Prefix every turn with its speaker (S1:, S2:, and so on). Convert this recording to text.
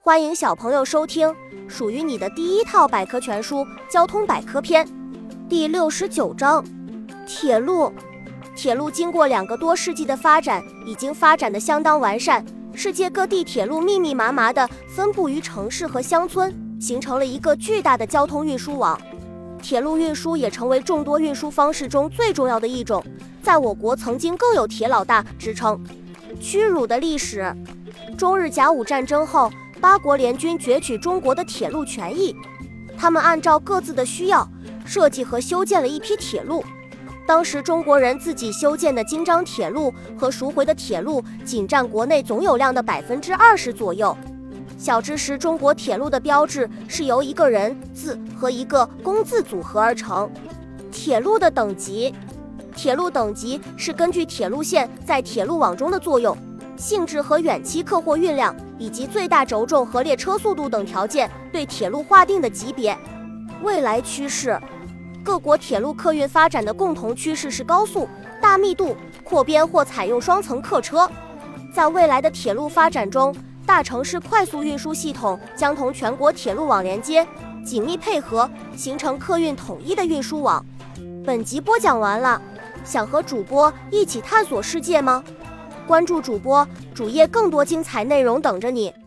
S1: 欢迎小朋友收听属于你的第一套百科全书《交通百科篇》第69章：铁路。铁路经过2个多世纪的发展，已经发展得相当完善。世界各地铁路密密麻麻地分布于城市和乡村，形成了一个巨大的交通运输网。铁路运输也成为众多运输方式中最重要的一种，在我国曾经更有铁老大之称。屈辱的历史。中日甲午战争后，8国联军攫取中国的铁路权益，他们按照各自的需要设计和修建了一批铁路。当时中国人自己修建的京张铁路和赎回的铁路仅占国内总有量的20%左右。小知识：中国铁路的标志是由一个人字和一个工字组合而成。铁路的等级。铁路等级是根据铁路线在铁路网中的作用、性质和远期客货运量以及最大轴重和列车速度等条件对铁路划定的级别。未来趋势。各国铁路客运发展的共同趋势是高速、大密度、扩编或采用双层客车。在未来的铁路发展中，大城市快速运输系统将同全国铁路网连接，紧密配合，形成客运统一的运输网。本集播讲完了，想和主播一起探索世界吗？关注主播主页，更多精彩内容等着你。